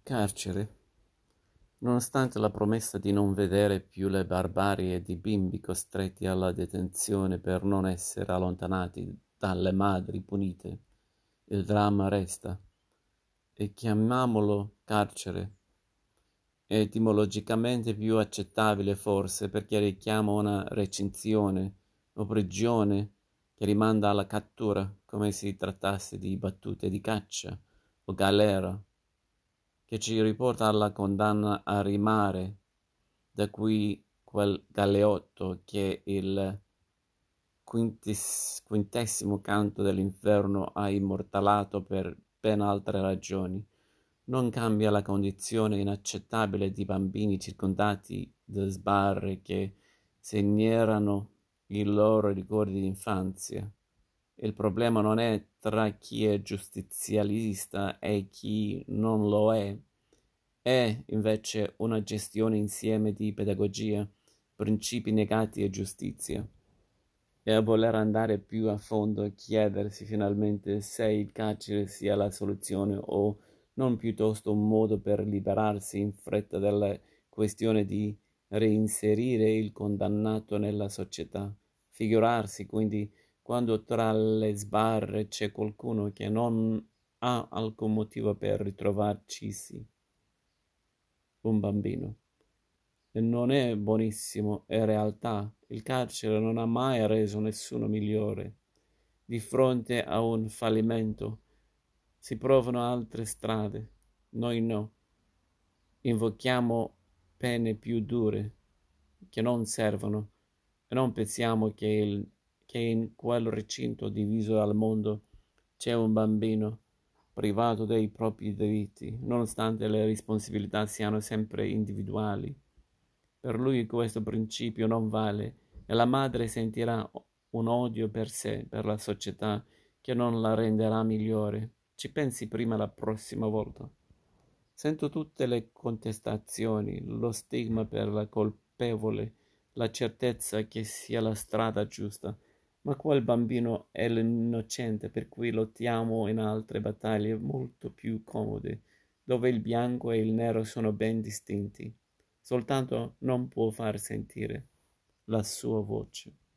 carcere, nonostante la promessa di non vedere più le barbarie di bimbi costretti alla detenzione per non essere allontanati dalle madri punite, il dramma resta. E chiamiamolo carcere. È etimologicamente più accettabile forse perché richiama una recinzione o prigione che rimanda alla cattura, come si trattasse di battute di caccia o galera, che ci riporta alla condanna a rimare, da cui quel galeotto che il quintessimo canto dell'inferno ha immortalato per ben altre ragioni. Non cambia la condizione inaccettabile di bambini circondati da sbarre che segnano i loro ricordi d'infanzia. Il problema non è tra chi è giustizialista e chi non lo è invece una gestione insieme di pedagogia, principi negati e giustizia. E a voler andare più a fondo e chiedersi finalmente se il carcere sia la soluzione o non piuttosto un modo per liberarsi in fretta della questione di reinserire il condannato nella società. Figurarsi quindi quando tra le sbarre c'è qualcuno che non ha alcun motivo per ritrovarcisi, un bambino. E non è buonissimo, è realtà. Il carcere non ha mai reso nessuno migliore. Di fronte a un fallimento si provano altre strade. Noi no. Invochiamo pene più dure che non servono e non pensiamo che in quel recinto diviso dal mondo c'è un bambino privato dei propri diritti, nonostante le responsabilità siano sempre individuali. Per lui questo principio non vale e la madre sentirà un odio per sé, per la società, che non la renderà migliore. Ci pensi prima la prossima volta. Sento tutte le contestazioni, lo stigma per la colpevole, la certezza che sia la strada giusta, ma quel bambino è l'innocente per cui lottiamo in altre battaglie molto più comode, dove il bianco e il nero sono ben distinti. Soltanto non può far sentire la sua voce.